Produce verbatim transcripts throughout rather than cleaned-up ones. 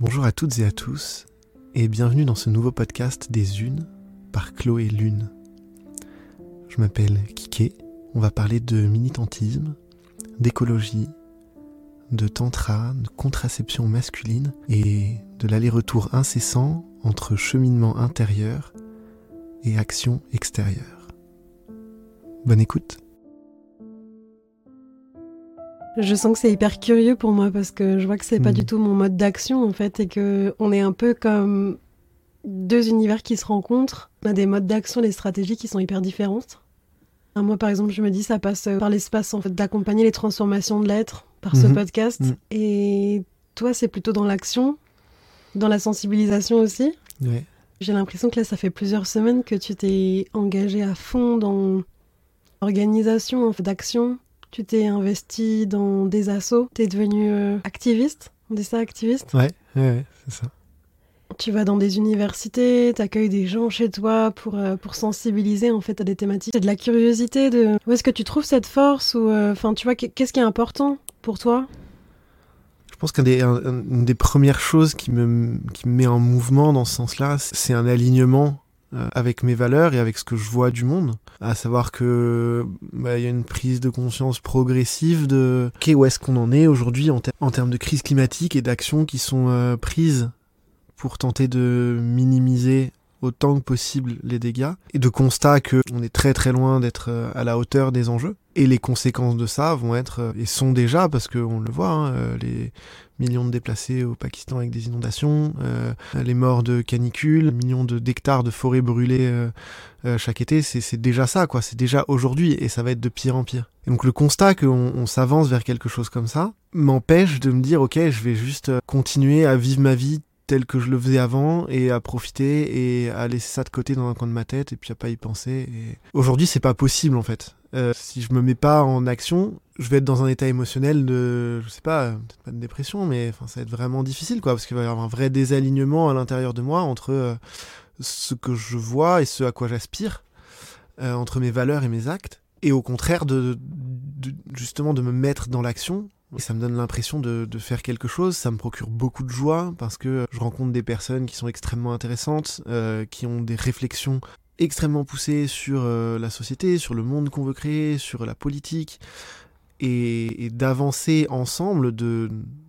Bonjour à toutes et à tous, et bienvenue dans ce nouveau podcast des Unes par Chloé Lune. Je m'appelle Kiké, on va parler de militantisme, d'écologie, de tantra, de contraception masculine et de l'aller-retour incessant entre cheminement intérieur et action extérieure. Bonne écoute. Je sens que c'est hyper curieux pour moi parce que je vois que c'est mmh. pas du tout mon mode d'action en fait et que on est un peu comme deux univers qui se rencontrent. On a des modes d'action, des stratégies qui sont hyper différentes. Moi par exemple, je me dis ça passe par l'espace en fait d'accompagner les transformations de l'être par ce mmh. podcast mmh. et toi c'est plutôt dans l'action, dans la sensibilisation aussi. Ouais. J'ai l'impression que là ça fait plusieurs semaines que tu t'es engagé à fond dans l'organisation en fait, d'action. Tu t'es investi dans des assos, t'es devenu euh, activiste, on dit ça activiste ? Ouais, ouais, ouais, c'est ça. Tu vas dans des universités, t'accueilles des gens chez toi pour, euh, pour sensibiliser en fait à des thématiques. C'est de la curiosité, de où est-ce que tu trouves cette force ou enfin euh, tu vois qu'est-ce qui est important pour toi ? Je pense qu'une des, un, une des premières choses qui me, qui me met en mouvement dans ce sens-là, c'est un alignement avec mes valeurs et avec ce que je vois du monde, à savoir que bah, y a une prise de conscience progressive de okay, où est-ce qu'on en est aujourd'hui en, ter- en termes de crise climatique et d'actions qui sont euh, prises pour tenter de minimiser autant que possible les dégâts, et de constat qu'on est très très loin d'être à la hauteur des enjeux, et les conséquences de ça vont être, et sont déjà, parce qu'on le voit, hein, les millions de déplacés au Pakistan avec des inondations, euh, les morts de canicules, millions de, d'hectares de forêts brûlées euh, euh, chaque été, c'est, c'est déjà ça, quoi. C'est déjà aujourd'hui, et ça va être de pire en pire. Et donc le constat qu'on on s'avance vers quelque chose comme ça m'empêche de me dire, ok, je vais juste continuer à vivre ma vie tel que je le faisais avant, et à profiter et à laisser ça de côté dans un coin de ma tête et puis à pas y penser. Et aujourd'hui, c'est pas possible en fait. Euh, si je me mets pas en action, je vais être dans un état émotionnel de, je sais pas, peut-être pas de dépression, mais enfin ça va être vraiment difficile, quoi, parce qu'il va y avoir un vrai désalignement à l'intérieur de moi entre euh, ce que je vois et ce à quoi j'aspire, euh, entre mes valeurs et mes actes, et au contraire de, de, de justement de me mettre dans l'action. Et ça me donne l'impression de, de faire quelque chose, ça me procure beaucoup de joie parce que je rencontre des personnes qui sont extrêmement intéressantes, euh, qui ont des réflexions extrêmement poussées sur euh, la société, sur le monde qu'on veut créer, sur la politique, et, et d'avancer ensemble, de,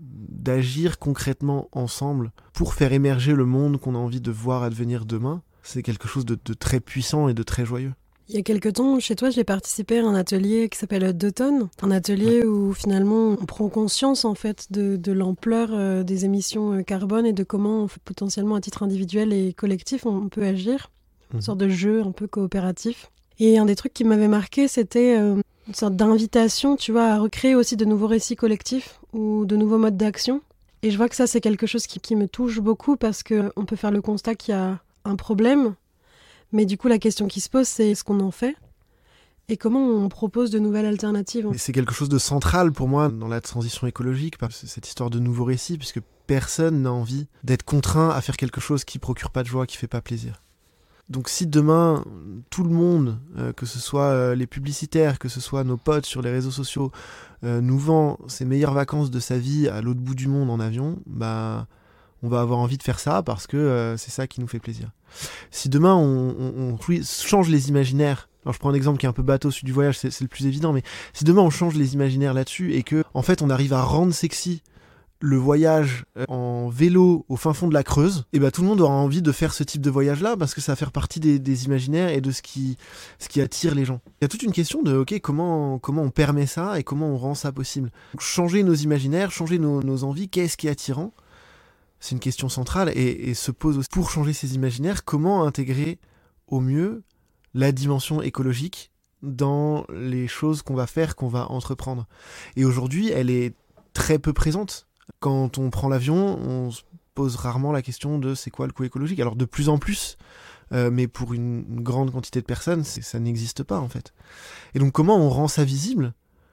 d'agir concrètement ensemble pour faire émerger le monde qu'on a envie de voir advenir demain. C'est quelque chose de, de très puissant et de très joyeux. Il y a quelques temps, chez toi, j'ai participé à un atelier qui s'appelle D'automne. Un atelier ouais. où finalement on prend conscience en fait de, de l'ampleur euh, des émissions euh, carbone et de comment potentiellement à titre individuel et collectif on, on peut agir. Mmh. Une sorte de jeu un peu coopératif. Et un des trucs qui m'avait marqué, c'était euh, une sorte d'invitation, tu vois, à recréer aussi de nouveaux récits collectifs ou de nouveaux modes d'action. Et je vois que ça, c'est quelque chose qui, qui me touche beaucoup parce qu'on peut faire le constat qu'il y a un problème. Mais du coup, la question qui se pose, c'est ce qu'on en fait et comment on propose de nouvelles alternatives. Mais c'est quelque chose de central pour moi dans la transition écologique, cette histoire de nouveaux récits, puisque personne n'a envie d'être contraint à faire quelque chose qui procure pas de joie, qui fait pas plaisir. Donc si demain, tout le monde, euh, que ce soit euh, les publicitaires, que ce soit nos potes sur les réseaux sociaux, euh, nous vend ses meilleures vacances de sa vie à l'autre bout du monde en avion, bah... on va avoir envie de faire ça parce que euh, c'est ça qui nous fait plaisir. Si demain on, on, on change les imaginaires, alors je prends un exemple qui est un peu bateau, celui du voyage, c'est, c'est le plus évident, mais si demain on change les imaginaires là-dessus et que en fait on arrive à rendre sexy le voyage en vélo au fin fond de la Creuse, et ben tout le monde aura envie de faire ce type de voyage-là parce que ça va faire partie des, des imaginaires et de ce qui, ce qui attire les gens. Il y a toute une question de ok, comment, comment on permet ça et comment on rend ça possible. Donc, changer nos imaginaires, changer nos, nos envies, qu'est-ce qui est attirant ? C'est une question centrale et, et se pose aussi, pour changer ces imaginaires, comment intégrer au mieux la dimension écologique dans les choses qu'on va faire, qu'on va entreprendre. Et aujourd'hui, elle est très peu présente. Quand on prend l'avion, on se pose rarement la question de c'est quoi le coût écologique. Alors de plus en plus, euh, mais pour une, une grande quantité de personnes, c'est, ça n'existe pas en fait. Et donc comment on rend ça visible ?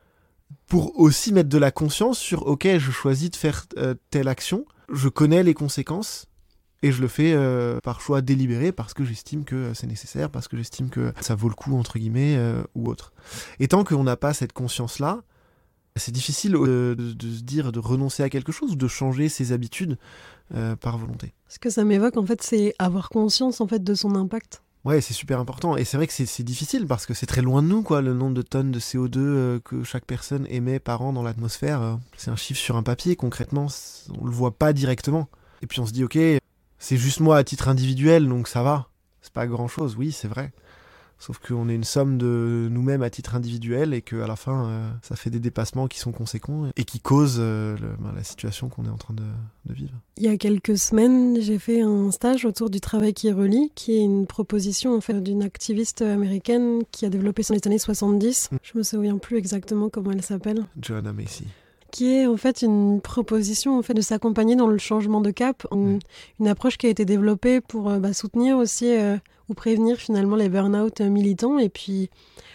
Pour aussi mettre de la conscience sur ok, je choisis de faire euh, telle action, je connais les conséquences et je le fais euh, par choix délibéré parce que j'estime que c'est nécessaire, parce que j'estime que ça vaut le coup entre guillemets euh, ou autre. Et tant qu'on n'a pas cette conscience là, C'est difficile de, de, de se dire de renoncer à quelque chose ou de changer ses habitudes euh, par volonté. Ce que ça m'évoque, en fait, c'est avoir conscience en fait, de son impact. Ouais, c'est super important. Et c'est vrai que c'est, c'est difficile parce que c'est très loin de nous, quoi, le nombre de tonnes de C O deux euh, que chaque personne émet par an dans l'atmosphère. Euh, c'est un chiffre sur un papier, concrètement, on le voit pas directement. Et puis on se dit, ok, c'est juste moi à titre individuel, donc ça va. C'est pas grand-chose, oui, c'est vrai. Sauf qu'on est une somme de nous-mêmes à titre individuel et qu'à la fin, euh, ça fait des dépassements qui sont conséquents et qui causent euh, le, ben, la situation qu'on est en train de, de vivre. Il y a quelques semaines, j'ai fait un stage autour du travail qui relie, qui est une proposition en fait, d'une activiste américaine qui a développé ça dans les années soixante-dix. Mm. Je me souviens plus exactement comment elle s'appelle. Joanna Macy. Qui est en fait une proposition en fait, de s'accompagner dans le changement de cap, une, mm. une approche qui a été développée pour bah, soutenir aussi... Euh, ou prévenir finalement les burn-out militants et puis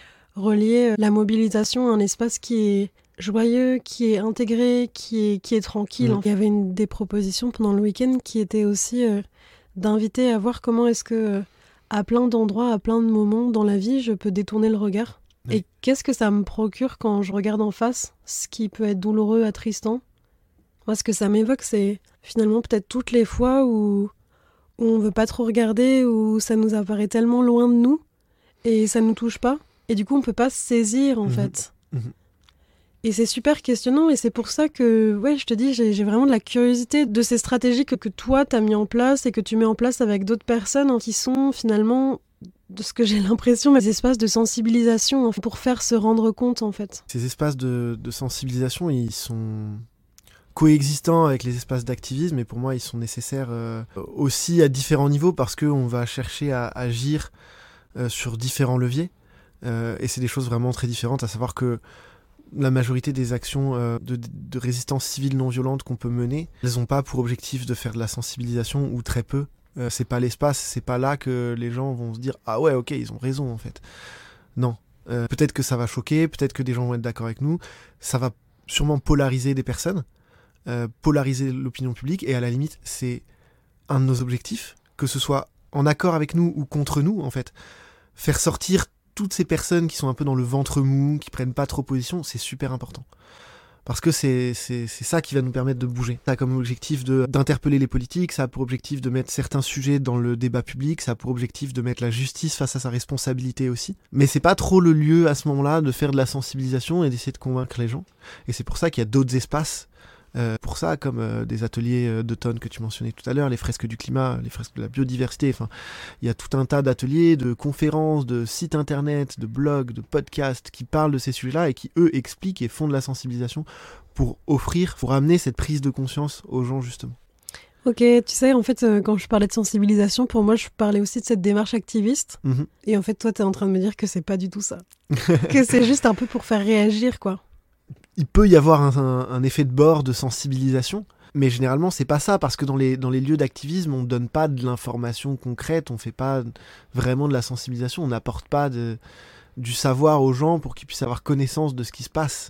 relier la mobilisation à un espace qui est joyeux, qui est intégré, qui est, qui est tranquille. Mmh. Il y avait une, des propositions pendant le week-end qui étaient aussi euh, d'inviter à voir comment est-ce que euh, à plein d'endroits, à plein de moments dans la vie, je peux détourner le regard. Mmh. Et qu'est-ce que ça me procure quand je regarde en face, ce qui peut être douloureux, attristant. Moi, ce que ça m'évoque, c'est finalement peut-être toutes les fois où où on veut pas trop regarder, où ça nous apparaît tellement loin de nous, et ça nous touche pas. Et du coup, on peut pas se saisir, en mmh. fait. Mmh. Et c'est super questionnant, et c'est pour ça que, ouais, je te dis, j'ai, j'ai vraiment de la curiosité de ces stratégies que, que toi, t'as mis en place, et que tu mets en place avec d'autres personnes, hein, qui sont, finalement, de ce que j'ai l'impression, des espaces de sensibilisation, en fait, pour faire se rendre compte, en fait. Ces espaces de, de sensibilisation, ils sont... coexistants avec les espaces d'activisme, et pour moi ils sont nécessaires euh, aussi à différents niveaux parce qu'on va chercher à agir euh, sur différents leviers euh, et c'est des choses vraiment très différentes, à savoir que la majorité des actions euh, de, de résistance civile non violente qu'on peut mener, elles n'ont pas pour objectif de faire de la sensibilisation ou très peu, euh, c'est pas l'espace, c'est pas là que les gens vont se dire ah ouais ok ils ont raison en fait, non, euh, peut-être que ça va choquer, peut-être que des gens vont être d'accord avec nous, ça va sûrement polariser des personnes, Euh, polariser l'opinion publique, et à la limite c'est un de nos objectifs, que ce soit en accord avec nous ou contre nous en fait. Faire sortir toutes ces personnes qui sont un peu dans le ventre mou, qui prennent pas trop position, c'est super important. Parce que c'est, c'est, c'est ça qui va nous permettre de bouger. Ça a comme objectif de, d'interpeller les politiques, ça a pour objectif de mettre certains sujets dans le débat public, ça a pour objectif de mettre la justice face à sa responsabilité aussi. Mais c'est pas trop le lieu à ce moment-là de faire de la sensibilisation et d'essayer de convaincre les gens. Et c'est pour ça qu'il y a d'autres espaces Euh, pour ça, comme euh, des ateliers euh, d'automne que tu mentionnais tout à l'heure, les fresques du climat, les fresques de la biodiversité, enfin, il y a tout un tas d'ateliers, de conférences, de sites internet, de blogs, de podcasts qui parlent de ces sujets-là et qui, eux, expliquent et font de la sensibilisation pour offrir, pour amener cette prise de conscience aux gens, justement. Ok, tu sais, en fait, euh, quand je parlais de sensibilisation, pour moi, je parlais aussi de cette démarche activiste. Mmh. Et en fait, toi, t'es en train de me dire que c'est pas du tout ça. Que c'est juste un peu pour faire réagir, quoi. Il peut y avoir un, un, un effet de bord de sensibilisation, mais généralement c'est pas ça, parce que dans les, dans les lieux d'activisme on donne pas de l'information concrète, on fait pas vraiment de la sensibilisation, on n'apporte pas de, du savoir aux gens pour qu'ils puissent avoir connaissance de ce qui se passe.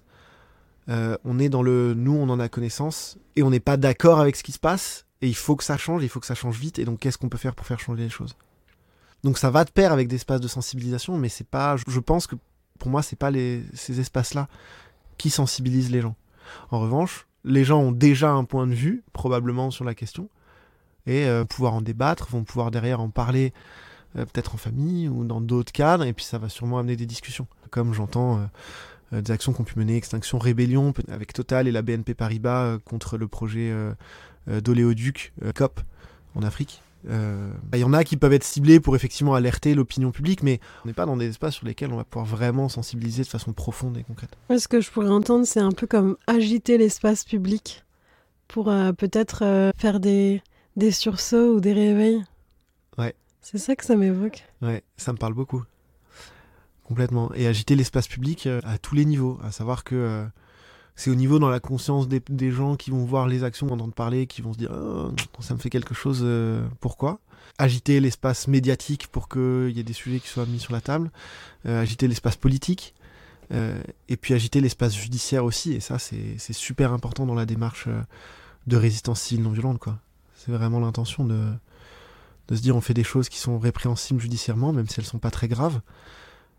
Euh, on est dans le nous on en a connaissance et on n'est pas d'accord avec ce qui se passe et il faut que ça change, il faut que ça change vite, et donc qu'est-ce qu'on peut faire pour faire changer les choses. Donc ça va de pair avec des espaces de sensibilisation, mais c'est pas, je pense que pour moi c'est pas les, ces espaces-là qui sensibilise les gens. En revanche, les gens ont déjà un point de vue, probablement, sur la question, et euh, pouvoir en débattre, vont pouvoir derrière en parler, euh, peut-être en famille ou dans d'autres cadres, et puis ça va sûrement amener des discussions. Comme j'entends euh, euh, des actions qu'ont pu mener Extinction Rébellion avec Total et la B N P Paribas euh, contre le projet euh, euh, d'oléoduc euh, C O P en Afrique. Il euh, y en a qui peuvent être ciblés pour effectivement alerter l'opinion publique, mais on n'est pas dans des espaces sur lesquels on va pouvoir vraiment sensibiliser de façon profonde et concrète. Ouais, ce que je pourrais entendre, c'est un peu comme agiter l'espace public pour euh, peut-être euh, faire des, des sursauts ou des réveils. Ouais. C'est ça que ça m'évoque. Ouais, ça me parle beaucoup. Complètement. Et agiter l'espace public euh, à tous les niveaux, à savoir que euh, c'est au niveau dans la conscience des, des gens qui vont voir les actions, entendre parler, qui vont se dire oh, ça me fait quelque chose, euh, pourquoi ? Agiter l'espace médiatique pour qu'il y ait des sujets qui soient mis sur la table, euh, agiter l'espace politique, euh, et puis agiter l'espace judiciaire aussi, et ça c'est, c'est super important dans la démarche euh, de résistance civile non violente, quoi. C'est vraiment l'intention de, de se dire on fait des choses qui sont répréhensibles judiciairement, même si elles sont pas très graves,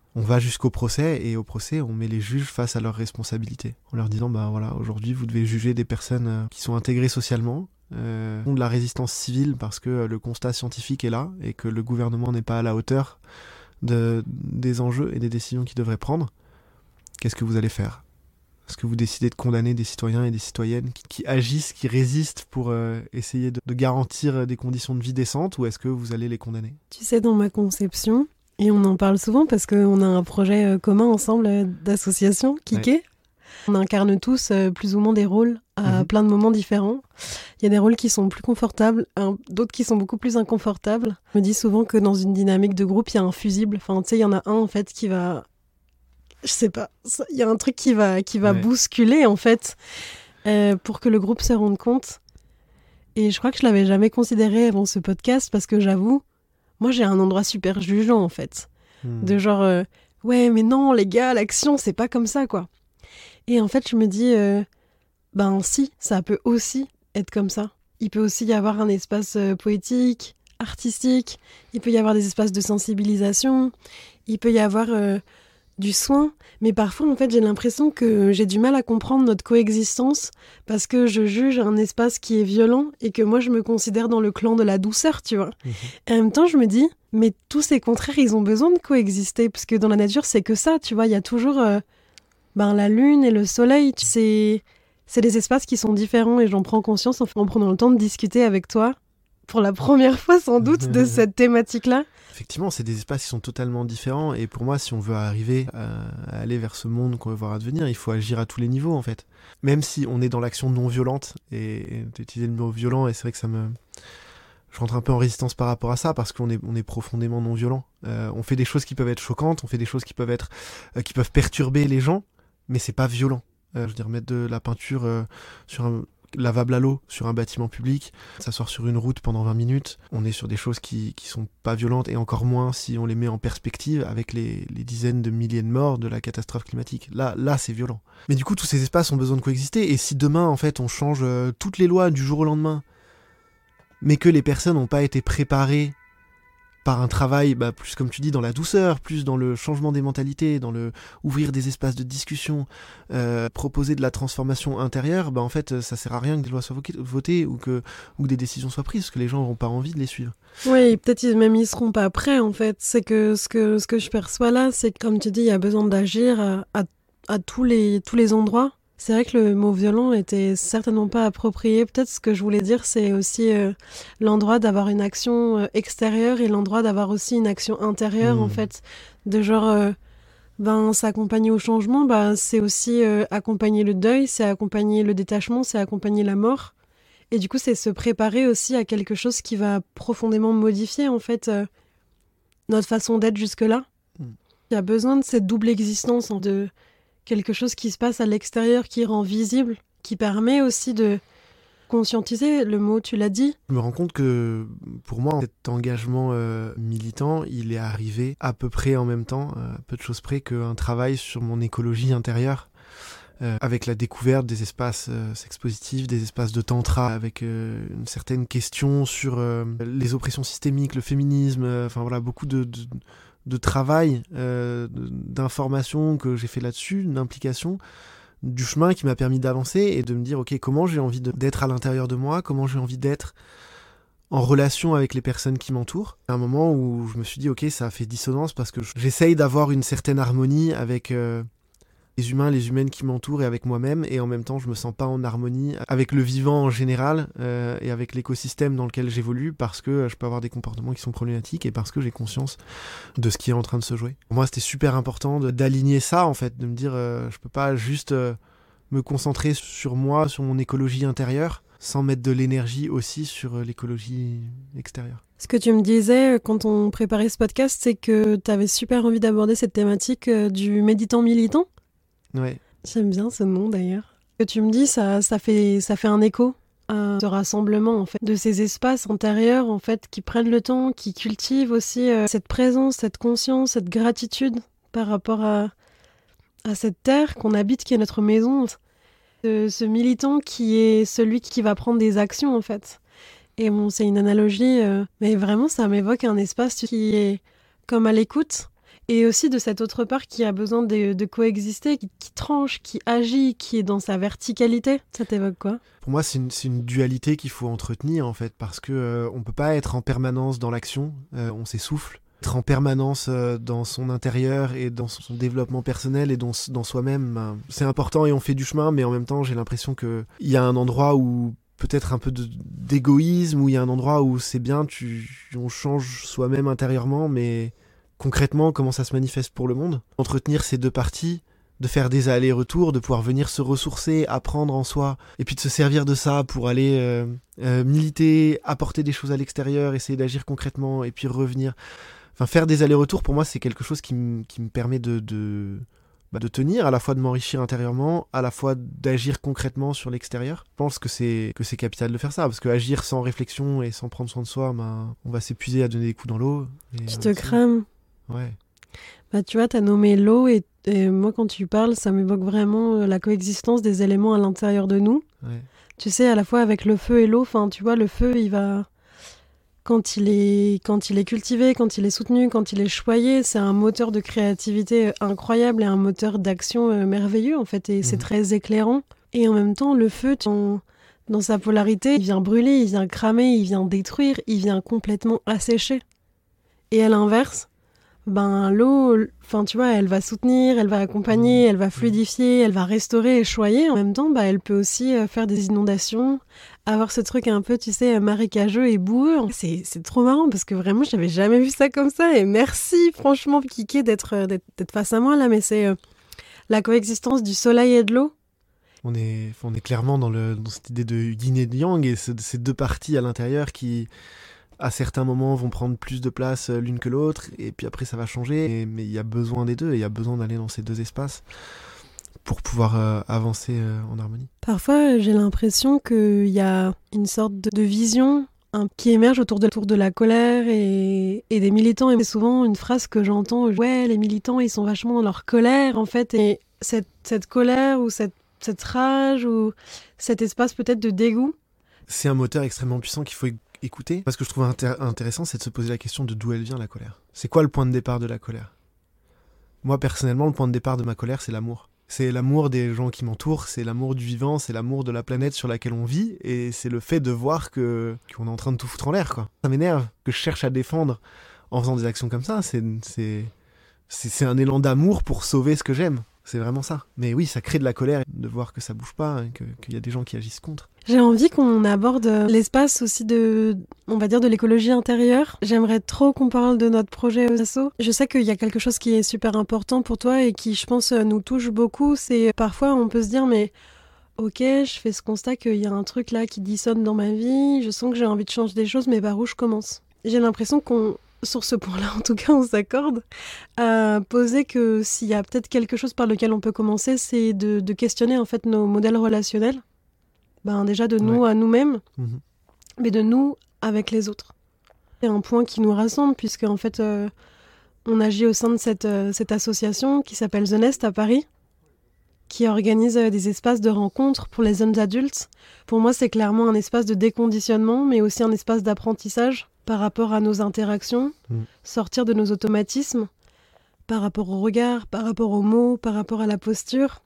On va jusqu'au procès, et au procès, on met les juges face à leurs responsabilités, en leur disant, bah voilà, aujourd'hui, vous devez juger des personnes euh, qui sont intégrées socialement, euh, ont de la résistance civile parce que euh, le constat scientifique est là, et que le gouvernement n'est pas à la hauteur de, des enjeux et des décisions qu'il devrait prendre. Qu'est-ce que vous allez faire ? Est-ce que vous décidez de condamner des citoyens et des citoyennes qui, qui agissent, qui résistent pour euh, essayer de, de garantir des conditions de vie décentes, ou est-ce que vous allez les condamner ? Tu sais, dans ma conception, et on en parle souvent parce qu'on a un projet euh, commun ensemble euh, d'association, Kike. Ouais. On incarne tous euh, plus ou moins des rôles à mmh. plein de moments différents. Il y a des rôles qui sont plus confortables, hein, d'autres qui sont beaucoup plus inconfortables. Je me dis souvent que dans une dynamique de groupe, il y a un fusible. Enfin, tu sais, il y en a un en fait qui va... Je sais pas, il y a un truc qui va, qui va ouais. bousculer en fait euh, pour que le groupe se rende compte. Et je crois que je l'avais jamais considéré avant ce podcast parce que j'avoue, moi j'ai un endroit super jugeant en fait. Mmh. De genre, euh, ouais mais non les gars, l'action c'est pas comme ça quoi. Et en fait je me dis, euh, ben si, ça peut aussi être comme ça. Il peut aussi y avoir un espace euh, poétique, artistique, il peut y avoir des espaces de sensibilisation, il peut y avoir... Euh, du soin, mais parfois en fait j'ai l'impression que j'ai du mal à comprendre notre coexistence parce que je juge un espace qui est violent et que moi je me considère dans le clan de la douceur, tu vois. Mmh. Et en même temps je me dis, mais tous ces contraires ils ont besoin de coexister parce que dans la nature c'est que ça, tu vois, il y a toujours euh, ben, la lune et le soleil, c'est, c'est des espaces qui sont différents et j'en prends conscience en, en prenant le temps de discuter avec toi pour la première fois sans doute de cette thématique-là. Effectivement, c'est des espaces qui sont totalement différents et pour moi, si on veut arriver à, à aller vers ce monde qu'on veut voir advenir, il faut agir à tous les niveaux en fait. Même si on est dans l'action non violente, et tu as utilisé le mot violent et c'est vrai que ça me... Je rentre un peu en résistance par rapport à ça parce qu'on est, on est profondément non violent. Euh, on fait des choses qui peuvent être choquantes, on fait des choses qui peuvent, être, euh, qui peuvent perturber les gens, mais c'est pas violent. Euh, je veux dire, mettre de la peinture euh, sur un... lavable à l'eau sur un bâtiment public, s'asseoir sur une route pendant vingt minutes, on est sur des choses qui, qui sont pas violentes et encore moins si on les met en perspective avec les, les dizaines de milliers de morts de la catastrophe climatique. Là, là, c'est violent. Mais du coup, tous ces espaces ont besoin de coexister et si demain, en fait, on change euh, toutes les lois du jour au lendemain, mais que les personnes n'ont pas été préparées par un travail, bah, plus comme tu dis, dans la douceur, plus dans le changement des mentalités, dans le ouvrir des espaces de discussion, euh, proposer de la transformation intérieure, bah, en fait, ça sert à rien que des lois soient votées ou que, ou que des décisions soient prises, parce que les gens n'auront pas envie de les suivre. Oui, peut-être même ils seront pas prêts, en fait. C'est que ce que, ce que je perçois là, c'est que, comme tu dis, il y a besoin d'agir à, à, à tous les, tous les endroits. C'est vrai que le mot violent était certainement pas approprié. Peut-être ce que je voulais dire, c'est aussi euh, l'endroit d'avoir une action euh, extérieure et l'endroit d'avoir aussi une action intérieure, mmh. en fait. De genre, euh, ben, s'accompagner au changement, bah, c'est aussi euh, accompagner le deuil, c'est accompagner le détachement, c'est accompagner la mort. Et du coup, c'est se préparer aussi à quelque chose qui va profondément modifier, en fait, euh, notre façon d'être jusque-là. Mmh. Il y a besoin de cette double existence, hein, de... quelque chose qui se passe à l'extérieur, qui rend visible, qui permet aussi de conscientiser, le mot, tu l'as dit. Je me rends compte que, pour moi, cet engagement euh, militant, il est arrivé à peu près en même temps, à peu de choses près, qu'un travail sur mon écologie intérieure, euh, avec la découverte des espaces euh, sexpositifs, des espaces de tantra, avec euh, une certaine question sur euh, les oppressions systémiques, le féminisme, enfin euh, voilà, beaucoup de... de de travail, euh, d'information que j'ai fait là-dessus, d'implication, du chemin qui m'a permis d'avancer et de me dire, ok, comment j'ai envie de, d'être à l'intérieur de moi, comment j'ai envie d'être en relation avec les personnes qui m'entourent. À un moment où je me suis dit, ok, ça a fait dissonance parce que j'essaye d'avoir une certaine harmonie avec euh, les humains, les humaines qui m'entourent et avec moi-même, et en même temps, je me sens pas en harmonie avec le vivant en général euh, et avec l'écosystème dans lequel j'évolue parce que je peux avoir des comportements qui sont problématiques et parce que j'ai conscience de ce qui est en train de se jouer. Pour moi, c'était super important de, d'aligner ça, en fait, de me dire, euh, je peux pas juste euh, me concentrer sur moi, sur mon écologie intérieure, sans mettre de l'énergie aussi sur euh, l'écologie extérieure. Ce que tu me disais quand on préparait ce podcast, c'est que tu avais super envie d'aborder cette thématique euh, du méditant militant. Ouais. J'aime bien ce nom d'ailleurs. Ce que tu me dis, ça, ça, fait, ça fait un écho à ce rassemblement en fait, de ces espaces intérieurs en fait, qui prennent le temps, qui cultivent aussi euh, cette présence, cette conscience, cette gratitude par rapport à, à cette terre qu'on habite, qui est notre maison. Ce, ce militant qui est celui qui va prendre des actions en fait. Et bon, c'est une analogie, euh, mais vraiment ça m'évoque un espace qui est comme à l'écoute, Et aussi de cette autre part qui a besoin de, de coexister, qui, qui tranche, qui agit, qui est dans sa verticalité. Ça t'évoque quoi ? Pour moi, c'est une, c'est une dualité qu'il faut entretenir, en fait, parce qu'on euh, ne peut pas être en permanence dans l'action, euh, on s'essouffle. Être en permanence euh, dans son intérieur et dans son développement personnel et dans, dans soi-même, ben, c'est important et on fait du chemin, mais en même temps, j'ai l'impression qu'il y a un endroit où peut-être un peu de, d'égoïsme, où il y a un endroit où c'est bien, tu, on change soi-même intérieurement, mais concrètement, comment ça se manifeste pour le monde ? Entretenir ces deux parties, de faire des allers-retours, de pouvoir venir se ressourcer, apprendre en soi, et puis de se servir de ça pour aller euh, euh, militer, apporter des choses à l'extérieur, essayer d'agir concrètement, et puis revenir. Enfin, faire des allers-retours, pour moi, c'est quelque chose qui, m- qui me permet de, de, bah, de tenir, à la fois de m'enrichir intérieurement, à la fois d'agir concrètement sur l'extérieur. Je pense que c'est, que c'est capital de faire ça, parce que agir sans réflexion et sans prendre soin de soi, bah, on va s'épuiser à donner des coups dans l'eau. Et, Tu euh, te crames. Ouais. Bah, tu vois, tu as nommé l'eau et, et moi, quand tu parles, ça m'évoque vraiment euh, la coexistence des éléments à l'intérieur de nous. Ouais. Tu sais, à la fois avec le feu et l'eau, enfin, tu vois, le feu, il va... Quand il est, quand il est cultivé, quand il est soutenu, quand il est choyé, c'est un moteur de créativité euh, incroyable et un moteur d'action euh, merveilleux, en fait, et c'est Mhm. très éclairant. Et en même temps, le feu, tu- en- dans sa polarité, il vient brûler, il vient cramer, il vient détruire, il vient complètement assécher. Et à l'inverse, ben l'eau, enfin tu vois, elle va soutenir, elle va accompagner, elle va fluidifier, elle va restaurer et choyer. En même temps, bah, elle peut aussi euh, faire des inondations, avoir ce truc un peu, tu sais, euh, marécageux et boueux. C'est, c'est trop marrant parce que vraiment, j'avais jamais vu ça comme ça. Et merci, franchement, Kiki, d'être, euh, d'être, d'être face à moi là. Mais c'est euh, la coexistence du soleil et de l'eau. On est, on est clairement dans, le, dans cette idée de yin et de yang, et ce- ces deux parties à l'intérieur qui, à certains moments, vont prendre plus de place euh, l'une que l'autre, et puis après ça va changer, et- mais il y a besoin des deux, et il y a besoin d'aller dans ces deux espaces pour pouvoir euh, avancer euh, en harmonie. Parfois, j'ai l'impression qu'il y a une sorte de, de vision hein, qui émerge autour de, autour de la colère et, et des militants. Et c'est souvent une phrase que j'entends, ouais, les militants, ils sont vachement dans leur colère, en fait. Et cette, cette colère ou cette, cette rage ou cet espace peut-être de dégoût. C'est un moteur extrêmement puissant qu'il faut é- écouter. Ce que je trouve intér- intéressant, c'est de se poser la question de d'où elle vient, la colère. C'est quoi le point de départ de la colère ? Moi, personnellement, le point de départ de ma colère, c'est l'amour. C'est l'amour des gens qui m'entourent, c'est l'amour du vivant, c'est l'amour de la planète sur laquelle on vit, et c'est le fait de voir que qu'on est en train de tout foutre en l'air, quoi. Ça m'énerve que je cherche à défendre en faisant des actions comme ça. C'est, c'est, c'est, c'est un élan d'amour pour sauver ce que j'aime. C'est vraiment ça. Mais oui, ça crée de la colère de voir que ça bouge pas, hein, que, qu'il y a des gens qui agissent contre. J'ai envie qu'on aborde l'espace aussi de, on va dire, de l'écologie intérieure. J'aimerais trop qu'on parle de notre projet aux assos. Je sais qu'il y a quelque chose qui est super important pour toi et qui, je pense, nous touche beaucoup. C'est parfois, on peut se dire, mais ok, je fais ce constat qu'il y a un truc là qui dissonne dans ma vie. Je sens que j'ai envie de changer des choses, mais par où je commence ? J'ai l'impression qu'on, sur ce point-là, en tout cas, on s'accorde à poser que s'il y a peut-être quelque chose par lequel on peut commencer, c'est de, de questionner en fait nos modèles relationnels. Ben déjà de nous Ouais. à nous-mêmes, Mmh. mais de nous avec les autres. C'est un point qui nous rassemble, puisque en fait, euh, on agit au sein de cette, euh, cette association qui s'appelle The Nest à Paris, qui organise euh, des espaces de rencontres pour les jeunes adultes. Pour moi, c'est clairement un espace de déconditionnement, mais aussi un espace d'apprentissage par rapport à nos interactions, Mm. sortir de nos automatismes, par rapport au regard, par rapport aux mots, par rapport à la posture.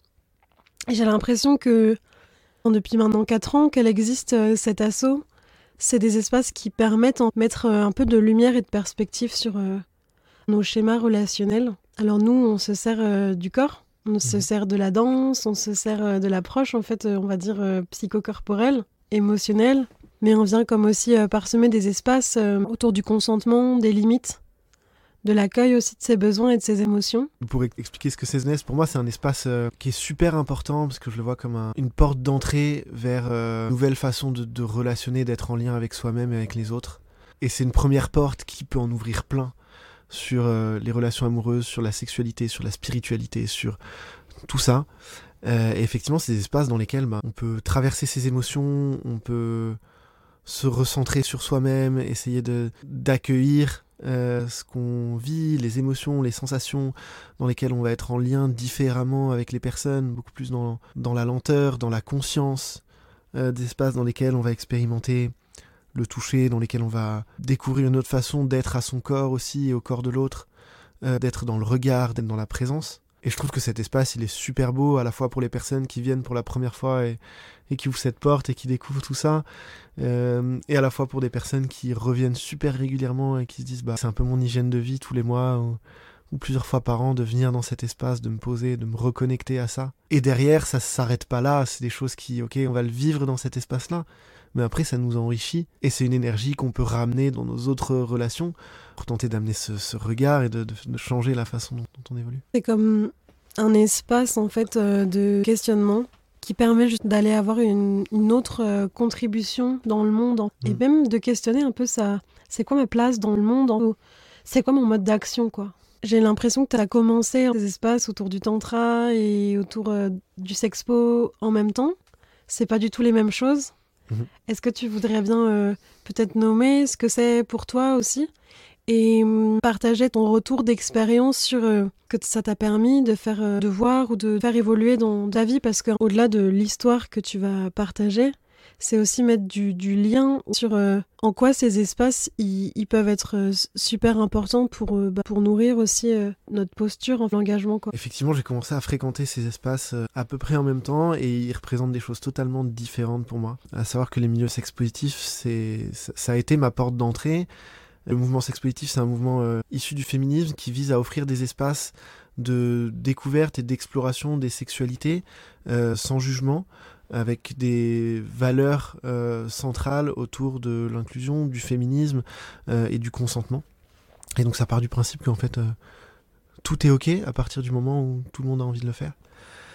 Et j'ai l'impression que depuis maintenant quatre ans qu'elle existe, euh, cet asso, c'est des espaces qui permettent de mettre euh, un peu de lumière et de perspective sur euh, nos schémas relationnels. Alors nous, on se sert euh, du corps, on se Mhm. sert de la danse, on se sert euh, de l'approche, en fait, euh, on va dire euh, psychocorporelle, émotionnelle, mais on vient comme aussi euh, parsemer des espaces euh, autour du consentement, des limites, de l'accueil aussi de ses besoins et de ses émotions. Pour ex- expliquer ce que c'est The Nest, pour moi c'est un espace euh, qui est super important parce que je le vois comme un- une porte d'entrée vers euh, une nouvelle façon de, de relationner, d'être en lien avec soi-même et avec les autres. Et c'est une première porte qui peut en ouvrir plein sur euh, les relations amoureuses, sur la sexualité, sur la spiritualité, sur tout ça. Euh, et effectivement, c'est des espaces dans lesquels bah, on peut traverser ses émotions, on peut se recentrer sur soi-même, essayer de, d'accueillir euh, ce qu'on vit, les émotions, les sensations dans lesquelles on va être en lien différemment avec les personnes, beaucoup plus dans, dans la lenteur, dans la conscience, euh, des espaces dans lesquels on va expérimenter le toucher, dans lesquels on va découvrir une autre façon d'être à son corps aussi et au corps de l'autre, euh, d'être dans le regard, d'être dans la présence. Et je trouve que cet espace, il est super beau, à la fois pour les personnes qui viennent pour la première fois et, et qui ouvrent cette porte et qui découvrent tout ça, euh, et à la fois pour des personnes qui reviennent super régulièrement et qui se disent bah, c'est un peu mon hygiène de vie tous les mois, ou, ou plusieurs fois par an, de venir dans cet espace, de me poser, de me reconnecter à ça. Et derrière, ça ne s'arrête pas là, c'est des choses qui, ok, on va le vivre dans cet espace-là, mais après, ça nous enrichit, et c'est une énergie qu'on peut ramener dans nos autres relations, pour tenter d'amener ce, ce regard et de, de, de changer la façon dont, dont on évolue. C'est comme un espace en fait euh, de questionnement qui permet juste d'aller avoir une, une autre euh, contribution dans le monde, en... mmh. et même de questionner un peu ça, c'est quoi ma place dans le monde, en... c'est quoi mon mode d'action, quoi. J'ai l'impression que tu as commencé des espaces autour du tantra et autour euh, du sexpo en même temps. C'est pas du tout les mêmes choses. Mmh. Est-ce que tu voudrais bien euh, peut-être nommer ce que c'est pour toi aussi ? Et partager ton retour d'expérience sur euh, que ça t'a permis de faire euh, de voir ou de faire évoluer dans ta vie, parce qu'au-delà de l'histoire que tu vas partager, c'est aussi mettre du, du lien sur euh, en quoi ces espaces ils, ils peuvent être euh, super importants pour, euh, bah, pour nourrir aussi euh, notre posture en l'engagement, quoi. Effectivement, j'ai commencé à fréquenter ces espaces euh, à peu près en même temps, et ils représentent des choses totalement différentes pour moi. À savoir que les milieux sexpositifs, c'est, ça a été ma porte d'entrée. Le mouvement sexpositif, c'est un mouvement euh, issu du féminisme qui vise à offrir des espaces de découverte et d'exploration des sexualités euh, sans jugement, avec des valeurs euh, centrales autour de l'inclusion, du féminisme euh, et du consentement. Et donc ça part du principe qu'en fait, euh, tout est ok à partir du moment où tout le monde a envie de le faire.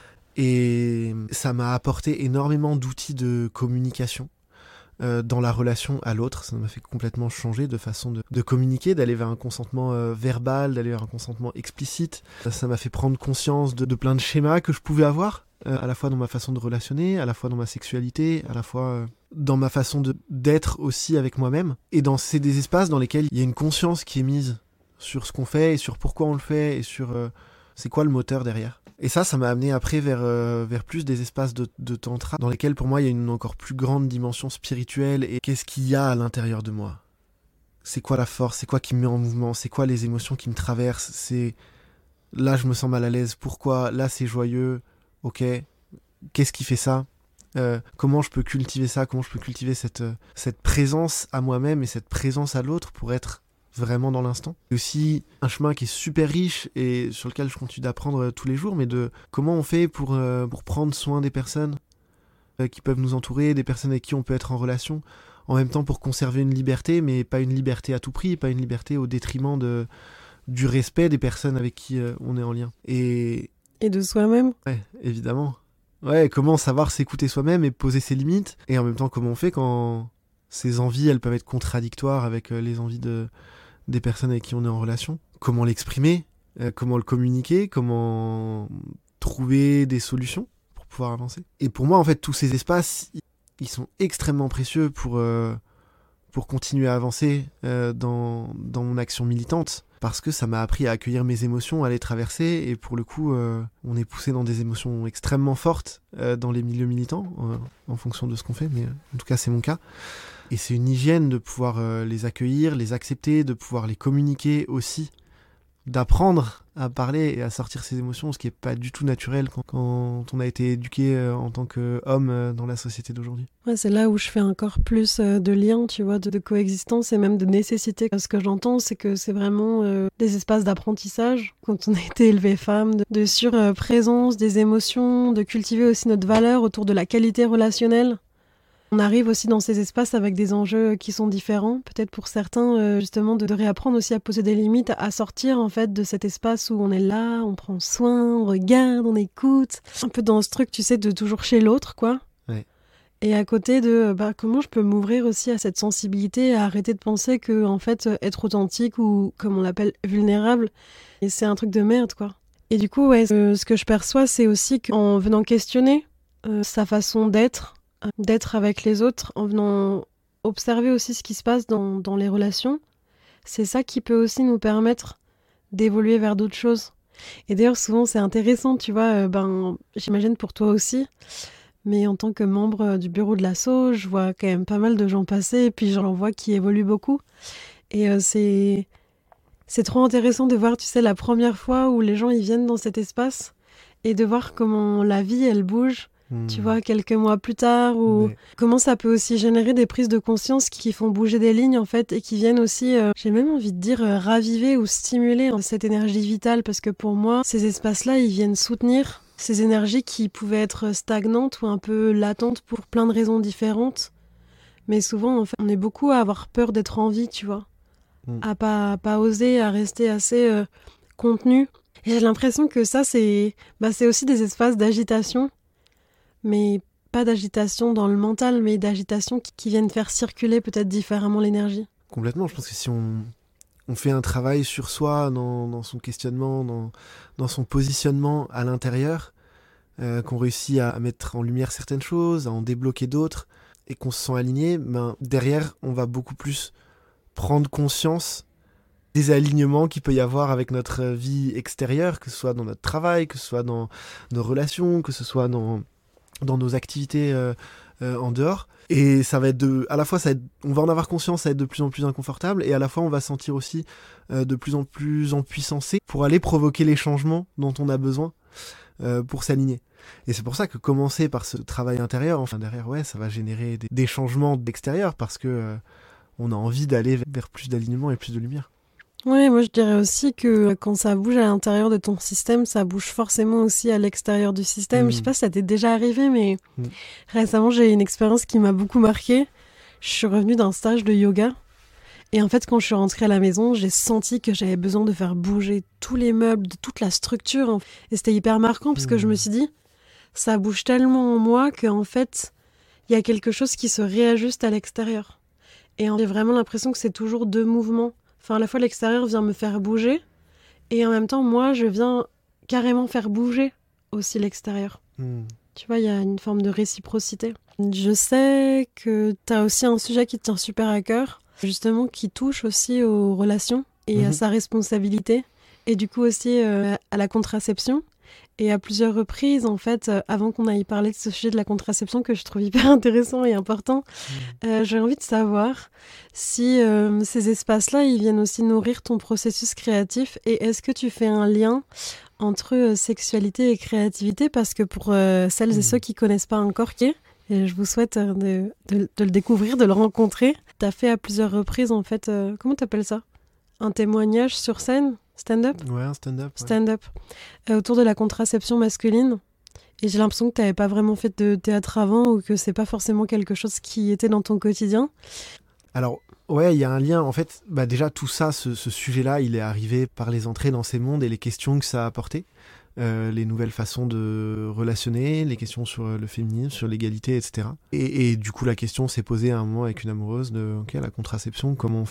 Et ça m'a apporté énormément d'outils de communication. Euh, dans la relation à l'autre, ça m'a fait complètement changer de façon de, de communiquer, d'aller vers un consentement euh, verbal, d'aller vers un consentement explicite. Ça, ça m'a fait prendre conscience de, de plein de schémas que je pouvais avoir, euh, à la fois dans ma façon de relationner, à la fois dans ma sexualité, à la fois euh, dans ma façon de, d'être aussi avec moi-même. Et dans ces des espaces dans lesquels il y a une conscience qui est mise sur ce qu'on fait et sur pourquoi on le fait et sur euh, c'est quoi le moteur derrière. Et ça, ça m'a amené après vers, euh, vers plus des espaces de, de tantra, dans lesquels pour moi il y a une encore plus grande dimension spirituelle, et qu'est-ce qu'il y a à l'intérieur de moi ? C'est quoi la force ? C'est quoi qui me met en mouvement ? C'est quoi les émotions qui me traversent ? C'est là je me sens mal à l'aise, pourquoi ? Là c'est joyeux, ok, qu'est-ce qui fait ça ? euh, Comment je peux cultiver ça ? Comment je peux cultiver cette, euh, cette présence à moi-même et cette présence à l'autre pour être vraiment dans l'instant. C'est aussi un chemin qui est super riche et sur lequel je continue d'apprendre euh, tous les jours, mais de comment on fait pour, euh, pour prendre soin des personnes euh, qui peuvent nous entourer, des personnes avec qui on peut être en relation, en même temps pour conserver une liberté, mais pas une liberté à tout prix, pas une liberté au détriment de, du respect des personnes avec qui euh, on est en lien. Et... et de soi-même. Ouais, évidemment. Ouais, comment savoir s'écouter soi-même et poser ses limites, et en même temps comment on fait quand ces envies, elles peuvent être contradictoires avec euh, les envies de des personnes avec qui on est en relation, comment l'exprimer, euh, comment le communiquer, comment trouver des solutions pour pouvoir avancer. Et pour moi, en fait, tous ces espaces, ils sont extrêmement précieux pour, euh, pour continuer à avancer euh, dans, dans mon action militante, parce que ça m'a appris à accueillir mes émotions, à les traverser, et pour le coup, euh, on est poussé dans des émotions extrêmement fortes euh, dans les milieux militants, euh, en fonction de ce qu'on fait, mais euh, en tout cas, c'est mon cas. Et c'est une hygiène de pouvoir euh, les accueillir, les accepter, de pouvoir les communiquer aussi, d'apprendre à parler et à sortir ses émotions, ce qui n'est pas du tout naturel quand, quand on a été éduqué euh, en tant qu'homme euh, dans la société d'aujourd'hui. Ouais, c'est là où je fais encore plus euh, de liens, tu vois, de, de coexistence et même de nécessité. Ce que j'entends, c'est que c'est vraiment euh, des espaces d'apprentissage, quand on a été élevé femme, de, de surprésence des émotions, de cultiver aussi notre valeur autour de la qualité relationnelle. On arrive aussi dans ces espaces avec des enjeux qui sont différents, peut-être pour certains, euh, justement, de, de réapprendre aussi à poser des limites, à sortir en fait de cet espace où on est là, on prend soin, on regarde, on écoute, un peu dans ce truc, tu sais, de toujours chez l'autre, quoi. Ouais. Et à côté de, bah, comment je peux m'ouvrir aussi à cette sensibilité, à arrêter de penser que, en fait, être authentique ou, comme on l'appelle, vulnérable, et c'est un truc de merde, quoi. Et du coup, ouais, euh, ce que je perçois, c'est aussi qu'en venant questionner euh, sa façon d'être, d'être avec les autres, en venant observer aussi ce qui se passe dans, dans les relations, c'est ça qui peut aussi nous permettre d'évoluer vers d'autres choses. Et d'ailleurs, souvent, c'est intéressant, tu vois, euh, ben, j'imagine pour toi aussi, mais en tant que membre du bureau de l'asso, je vois quand même pas mal de gens passer, et puis j'en vois qui évoluent beaucoup. Et euh, c'est... C'est trop intéressant de voir, tu sais, la première fois où les gens ils viennent dans cet espace et de voir comment la vie, elle bouge, mmh. tu vois, quelques mois plus tard, ou Mais... comment ça peut aussi générer des prises de conscience qui font bouger des lignes, en fait, et qui viennent aussi, euh, j'ai même envie de dire, euh, raviver ou stimuler hein, cette énergie vitale, parce que pour moi, ces espaces-là, ils viennent soutenir ces énergies qui pouvaient être stagnantes ou un peu latentes pour plein de raisons différentes. Mais souvent, en fait, on est beaucoup à avoir peur d'être en vie, tu vois. Mm. À pas, pas oser, à rester assez euh, contenu. Et j'ai l'impression que ça, c'est, bah, c'est aussi des espaces d'agitation. Mais pas d'agitation dans le mental, mais d'agitation qui, qui viennent faire circuler peut-être différemment l'énergie. Complètement. Je pense que si on, on fait un travail sur soi, dans, dans son questionnement, dans, dans son positionnement à l'intérieur, euh, qu'on réussit à mettre en lumière certaines choses, à en débloquer d'autres, et qu'on se sent aligné, ben, derrière, on va beaucoup plus prendre conscience des alignements qu'il peut y avoir avec notre vie extérieure, que ce soit dans notre travail, que ce soit dans nos relations, que ce soit dans, dans nos activités euh, euh, en dehors. Et ça va être de, à la fois, ça va être, on va en avoir conscience, ça va être de plus en plus inconfortable, et à la fois, on va se sentir aussi euh, de plus en plus empuissancé pour aller provoquer les changements dont on a besoin euh, pour s'aligner. Et c'est pour ça que commencer par ce travail intérieur, enfin derrière, ouais, ça va générer des, des changements d'extérieur, parce que euh, on a envie d'aller vers plus d'alignement et plus de lumière. Oui, moi je dirais aussi que quand ça bouge à l'intérieur de ton système, ça bouge forcément aussi à l'extérieur du système. Mmh. Je sais pas si ça t'est déjà arrivé, mais mmh. récemment j'ai eu une expérience qui m'a beaucoup marquée. Je suis revenue d'un stage de yoga. Et en fait, quand je suis rentrée à la maison, j'ai senti que j'avais besoin de faire bouger tous les meubles, de toute la structure. Et c'était hyper marquant parce mmh. que je me suis dit, ça bouge tellement en moi qu'en fait, il y a quelque chose qui se réajuste à l'extérieur. Et j'ai vraiment l'impression que c'est toujours deux mouvements. Enfin, à la fois, l'extérieur vient me faire bouger, et en même temps, moi, je viens carrément faire bouger aussi l'extérieur. Mmh. Tu vois, il y a une forme de réciprocité. Je sais que tu as aussi un sujet qui te tient super à cœur, justement, qui touche aussi aux relations et mmh. à sa responsabilité, et du coup aussi euh, à la contraception. Et à plusieurs reprises, en fait, euh, avant qu'on aille parler de ce sujet de la contraception que je trouve hyper intéressant et important, mmh. euh, j'ai envie de savoir si euh, ces espaces-là, ils viennent aussi nourrir ton processus créatif, et est-ce que tu fais un lien entre euh, sexualité et créativité, parce que pour euh, celles mmh. et ceux qui connaissent pas encore Kay, et je vous souhaite euh, de, de, de le découvrir, de le rencontrer, tu as fait à plusieurs reprises, en fait, euh, comment t'appelles ça ? Un témoignage sur scène ? Stand-up ? Ouais, un stand-up. Ouais. Stand-up. Euh, autour de la contraception masculine. Et j'ai l'impression que tu n'avais pas vraiment fait de théâtre avant, ou que c'est pas forcément quelque chose qui était dans ton quotidien. Alors, ouais, il y a un lien. En fait, bah déjà, tout ça, ce, ce sujet-là, il est arrivé par les entrées dans ces mondes et les questions que ça a apporté. Euh, les nouvelles façons de relationner, les questions sur le féminisme, sur l'égalité, et cetera. Et, et du coup, la question s'est posée à un moment avec une amoureuse de ok, la contraception, comment on fait ?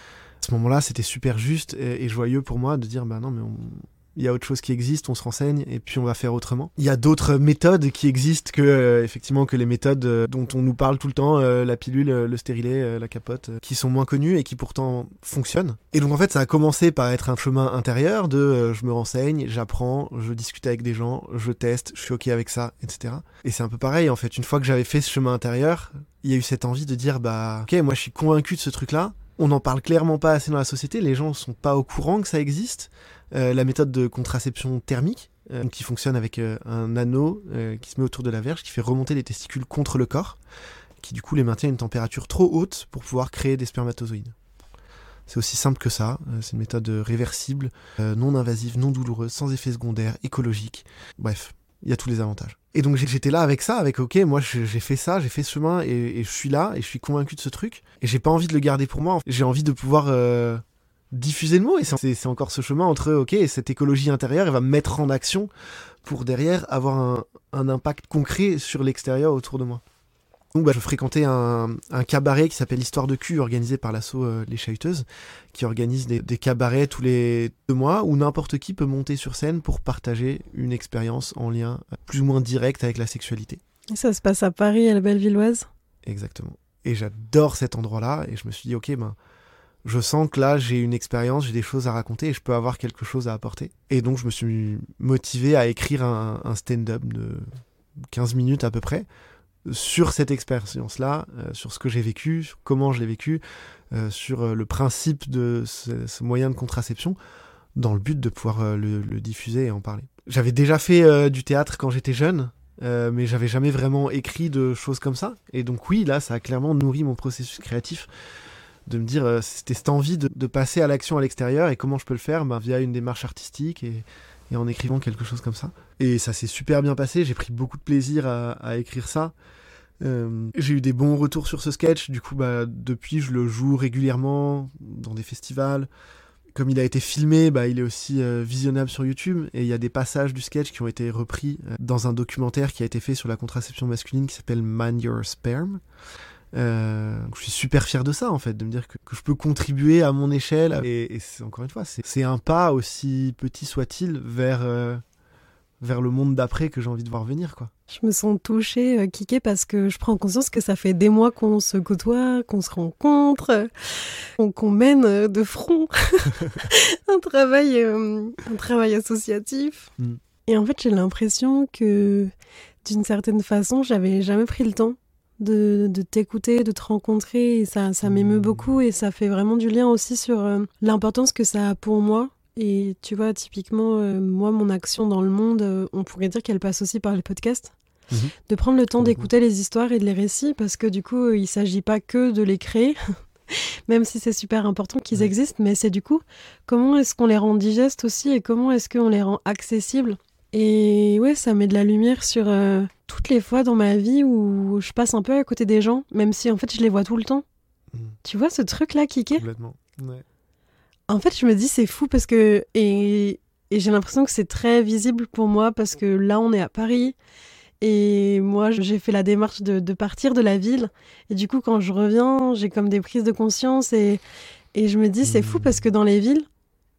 À ce moment-là, c'était super juste et, et joyeux pour moi de dire bah non, mais on... il y a autre chose qui existe, on se renseigne et puis on va faire autrement. Il y a d'autres méthodes qui existent que euh, effectivement que les méthodes euh, dont on nous parle tout le temps, euh, la pilule, euh, le stérilet, euh, la capote, euh, qui sont moins connues et qui pourtant fonctionnent. Et donc en fait, ça a commencé par être un chemin intérieur de euh, je me renseigne, j'apprends, je discute avec des gens, je teste, je suis ok avec ça, et cetera. Et c'est un peu pareil en fait. Une fois que j'avais fait ce chemin intérieur, il y a eu cette envie de dire bah ok, moi je suis convaincu de ce truc-là. On n'en parle clairement pas assez dans la société, les gens ne sont pas au courant que ça existe. Euh, la méthode de contraception thermique, euh, qui fonctionne avec euh, un anneau euh, qui se met autour de la verge, qui fait remonter les testicules contre le corps, qui du coup les maintient à une température trop haute pour pouvoir créer des spermatozoïdes. C'est aussi simple que ça, euh, c'est une méthode réversible, euh, non invasive, non douloureuse, sans effet secondaire, écologique, bref, il y a tous les avantages. Et donc j'étais là avec ça, avec ok, moi j'ai fait ça, j'ai fait ce chemin, et, et je suis là, et je suis convaincu de ce truc, et j'ai pas envie de le garder pour moi, j'ai envie de pouvoir euh, diffuser le mot, et c'est, c'est encore ce chemin entre ok, cette écologie intérieure, elle va me mettre en action pour derrière avoir un, un impact concret sur l'extérieur autour de moi. Donc bah, je fréquentais un, un cabaret qui s'appelle Histoire de cul, organisé par l'asso euh, Les Chahuteuses, qui organise des, des cabarets tous les deux mois où n'importe qui peut monter sur scène pour partager une expérience en lien plus ou moins direct avec la sexualité. Et ça se passe à Paris, à la Bellevilloise ? Exactement. Et j'adore cet endroit-là, et je me suis dit, ok, ben, je sens que là, j'ai une expérience, j'ai des choses à raconter, et je peux avoir quelque chose à apporter. Et donc, je me suis motivé à écrire un, un stand-up de quinze minutes à peu près, sur cette expérience-là, euh, sur ce que j'ai vécu, sur comment je l'ai vécu, euh, sur euh, le principe de ce, ce moyen de contraception, dans le but de pouvoir euh, le, le diffuser et en parler. J'avais déjà fait euh, du théâtre quand j'étais jeune, euh, mais j'avais jamais vraiment écrit de choses comme ça. Et donc oui, là, ça a clairement nourri mon processus créatif, de me dire, euh, c'était cette envie de, de passer à l'action à l'extérieur, et comment je peux le faire ben, via une démarche artistique et, et en écrivant quelque chose comme ça. Et ça s'est super bien passé, j'ai pris beaucoup de plaisir à, à écrire ça. Euh, j'ai eu des bons retours sur ce sketch, du coup bah, depuis je le joue régulièrement dans des festivals. Comme il a été filmé, bah, il est aussi euh, visionnable sur YouTube, et il y a des passages du sketch qui ont été repris euh, dans un documentaire qui a été fait sur la contraception masculine qui s'appelle Mind Your Sperm. Euh, je suis super fier de ça en fait, de me dire que, que je peux contribuer à mon échelle, et, et c'est, encore une fois c'est, c'est un pas aussi petit soit-il vers, euh, vers le monde d'après que j'ai envie de voir venir, quoi. Je me sens touchée, euh, Kiké, parce que je prends conscience que ça fait des mois qu'on se côtoie, qu'on se rencontre, qu'on, qu'on mène euh, de front un, travail, euh, un travail associatif. Mm. Et en fait, j'ai l'impression que, d'une certaine façon, j'avais jamais pris le temps de, de t'écouter, de te rencontrer. Et ça, ça m'émeut beaucoup, et ça fait vraiment du lien aussi sur euh, l'importance que ça a pour moi. Et tu vois, typiquement, euh, moi, mon action dans le monde, euh, on pourrait dire qu'elle passe aussi par les podcasts. Mmh. De prendre le temps mmh. d'écouter les histoires et de les récits, parce que du coup, il ne s'agit pas que de les créer, même si c'est super important qu'ils mmh. existent, mais c'est du coup, comment est-ce qu'on les rend digestes aussi, et comment est-ce qu'on les rend accessibles. Et ouais, ça met de la lumière sur euh, toutes les fois dans ma vie où je passe un peu à côté des gens, même si en fait, je les vois tout le temps. Mmh. Tu vois ce truc-là, Kiké ? Complètement, ouais. En fait, je me dis, c'est fou parce que... Et, et j'ai l'impression que c'est très visible pour moi parce que là, on est à Paris. Et moi, j'ai fait la démarche de, de partir de la ville. Et du coup, quand je reviens, j'ai comme des prises de conscience. Et, et je me dis, c'est fou parce que dans les villes,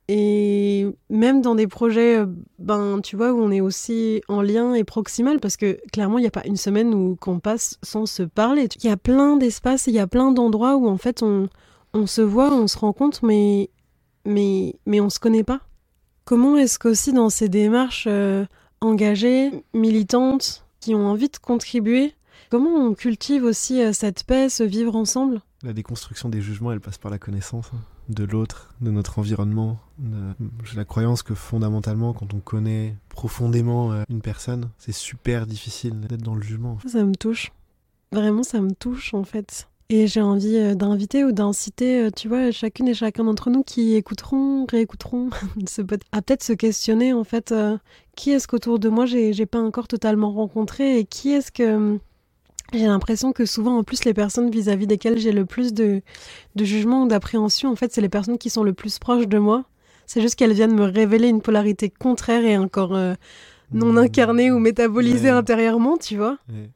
et même dans des projets, ben, tu vois, où on est aussi en lien et proximal, parce que clairement, il n'y a pas une semaine où qu'on passe sans se parler. Il y a plein d'espaces, il y a plein d'endroits où en fait, on, on se voit, on se rencontre, mais... Mais, mais on ne se connaît pas. Comment est-ce qu'aussi dans ces démarches euh, engagées, militantes, qui ont envie de contribuer, comment on cultive aussi euh, cette paix, ce vivre ensemble ? La déconstruction des jugements, elle passe par la connaissance hein, de l'autre, de notre environnement. De... J'ai la croyance que fondamentalement, quand on connaît profondément euh, une personne, c'est super difficile d'être dans le jugement. Ça, ça me touche. Vraiment, ça me touche en fait. Et j'ai envie d'inviter ou d'inciter, tu vois, chacune et chacun d'entre nous qui écouteront, réécouteront ce podcast, à peut-être se questionner, en fait, euh, qui est-ce qu'autour de moi, j'ai, j'ai pas encore totalement rencontré, et qui est-ce que... J'ai l'impression que souvent, en plus, les personnes vis-à-vis desquelles j'ai le plus de, de jugement ou d'appréhension, en fait, c'est les personnes qui sont le plus proches de moi. C'est juste qu'elles viennent me révéler une polarité contraire et encore euh, non incarnée ou métabolisée ouais. intérieurement, tu vois. Ouais.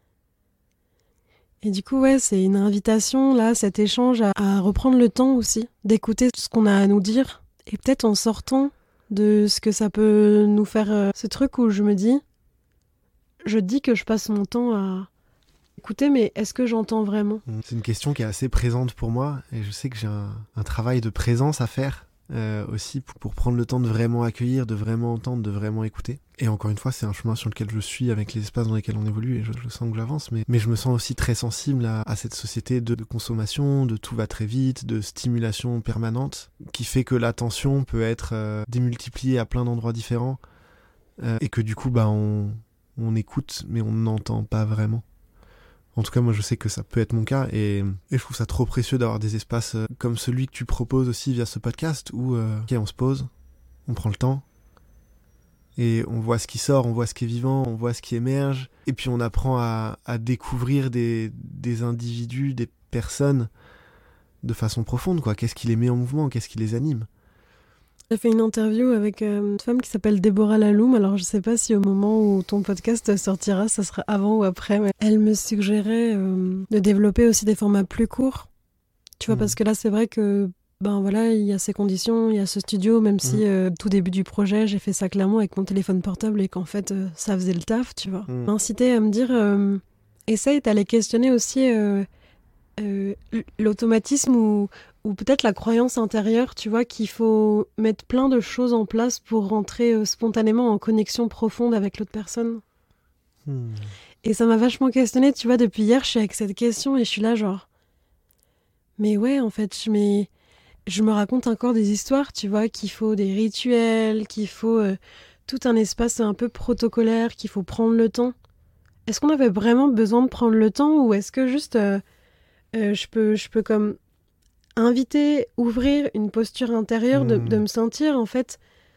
Et du coup, ouais, c'est une invitation, là, cet échange, à, à reprendre le temps aussi, d'écouter ce qu'on a à nous dire, et peut-être en sortant de ce que ça peut nous faire, euh, ce truc où je me dis, je dis que je passe mon temps à écouter, mais est-ce que j'entends vraiment ? C'est une question qui est assez présente pour moi, et je sais que j'ai un, un travail de présence à faire, euh, aussi, pour, pour prendre le temps de vraiment accueillir, de vraiment entendre, de vraiment écouter. Et encore une fois, c'est un chemin sur lequel je suis avec les espaces dans lesquels on évolue, et je, je sens que j'avance, mais, mais je me sens aussi très sensible à, à cette société de, de consommation, de tout va très vite, de stimulation permanente, qui fait que l'attention peut être euh, démultipliée à plein d'endroits différents, euh, et que du coup, bah, on, on écoute, mais on n'entend pas vraiment. En tout cas, moi, je sais que ça peut être mon cas, et, et je trouve ça trop précieux d'avoir des espaces euh, comme celui que tu proposes aussi via ce podcast, où euh, okay, on se pose, on prend le temps, et on voit ce qui sort, on voit ce qui est vivant, on voit ce qui émerge, et puis on apprend à, à découvrir des, des individus, des personnes de façon profonde, quoi. Qu'est-ce qui les met en mouvement, qu'est-ce qui les anime. J'ai fait une interview avec une femme qui s'appelle Déborah Laloum, alors je sais pas si au moment où ton podcast sortira, ça sera avant ou après, mais elle me suggérait euh, de développer aussi des formats plus courts, tu vois, mmh. parce que là c'est vrai que ben voilà, il y a ces conditions, il y a ce studio, même mmh. si euh, tout début du projet, j'ai fait ça clairement avec mon téléphone portable et qu'en fait, euh, ça faisait le taf, tu vois. Mmh. M'inciter à me dire, euh, essaye d'aller questionner aussi euh, euh, l'automatisme ou, ou peut-être la croyance intérieure, tu vois, qu'il faut mettre plein de choses en place pour rentrer euh, spontanément en connexion profonde avec l'autre personne. Mmh. Et ça m'a vachement questionnée, tu vois, depuis hier, je suis avec cette question et je suis là genre... Mais ouais, en fait, je, mets... je me raconte encore des histoires, tu vois, qu'il faut des rituels, qu'il faut euh, tout un espace un peu protocolaire, qu'il faut prendre le temps. Est-ce qu'on avait vraiment besoin de prendre le temps ou est-ce que juste euh, euh, je peux, je peux comme inviter, ouvrir une posture intérieure, de, Mmh. de me sentir en fait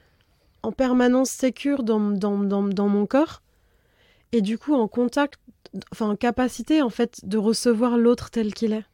en permanence sécure dans, dans, dans, dans mon corps et du coup en contact, enfin en capacité en fait de recevoir l'autre tel qu'il est.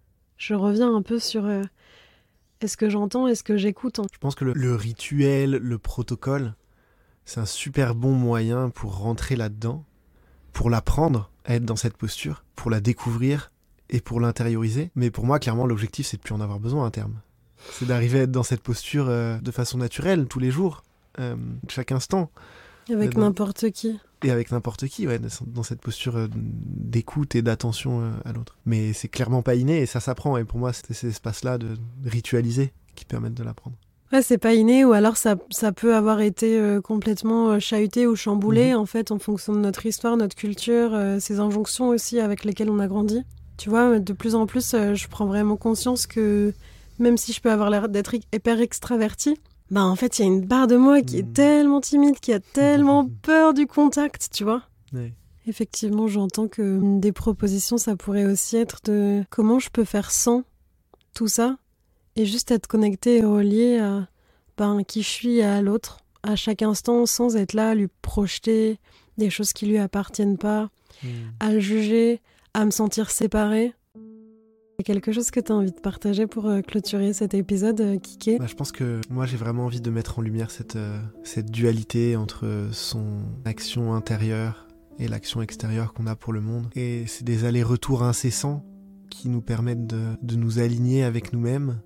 Je reviens un peu sur euh, est-ce que j'entends, est-ce que j'écoute. Je pense que le, le rituel, le protocole, c'est un super bon moyen pour rentrer là-dedans, pour l'apprendre à être dans cette posture, pour la découvrir et pour l'intérioriser. Mais pour moi, clairement, l'objectif, c'est de plus en avoir besoin à terme. C'est d'arriver à être dans cette posture euh, de façon naturelle, tous les jours, euh, chaque instant. Avec dans... n'importe qui. Et avec n'importe qui, ouais, dans cette posture euh, d'écoute et d'attention euh, à l'autre. Mais c'est clairement pas inné et ça s'apprend. Et pour moi, c'est ces espaces-là de ritualiser qui permettent de l'apprendre. Ouais, c'est pas inné, ou alors ça, ça peut avoir été euh, complètement euh, chahuté ou chamboulé, mmh. en fait, en fonction de notre histoire, notre culture, euh, ces injonctions aussi avec lesquelles on a grandi. Tu vois, de plus en plus, euh, je prends vraiment conscience que même si je peux avoir l'air d'être hyper extravertie, bah en fait, il y a une part de moi qui mmh. est tellement timide, qui a tellement mmh. peur du contact, tu vois. Ouais. Effectivement, j'entends que une des propositions, ça pourrait aussi être de comment je peux faire sans tout ça. Et juste être connecté et relié à ben, qui je suis et à l'autre, à chaque instant, sans être là à lui projeter des choses qui lui appartiennent pas, mmh. à le juger, à me sentir séparée. Il y a quelque chose que tu as envie de partager pour euh, clôturer cet épisode, euh, Kiké ? Bah, je pense que moi, j'ai vraiment envie de mettre en lumière cette, euh, cette dualité entre son action intérieure et l'action extérieure qu'on a pour le monde. Et c'est des allers-retours incessants qui nous permettent de, de nous aligner avec nous-mêmes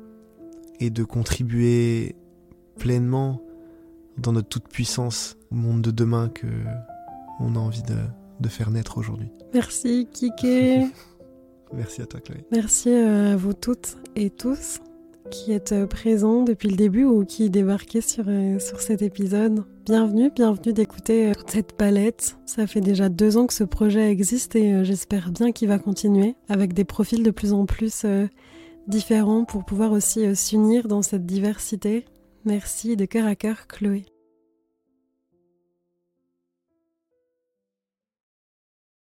et de contribuer pleinement dans notre toute-puissance au monde de demain que on a envie de, de faire naître aujourd'hui. Merci Kiké. Merci à toi Chloé. Merci à vous toutes et tous qui êtes présents depuis le début ou qui débarquez sur, sur cet épisode. Bienvenue, bienvenue d'écouter toute cette palette. Ça fait déjà deux ans que ce projet existe et j'espère bien qu'il va continuer avec des profils de plus en plus différents pour pouvoir aussi euh, s'unir dans cette diversité. Merci de cœur à cœur, Chloé.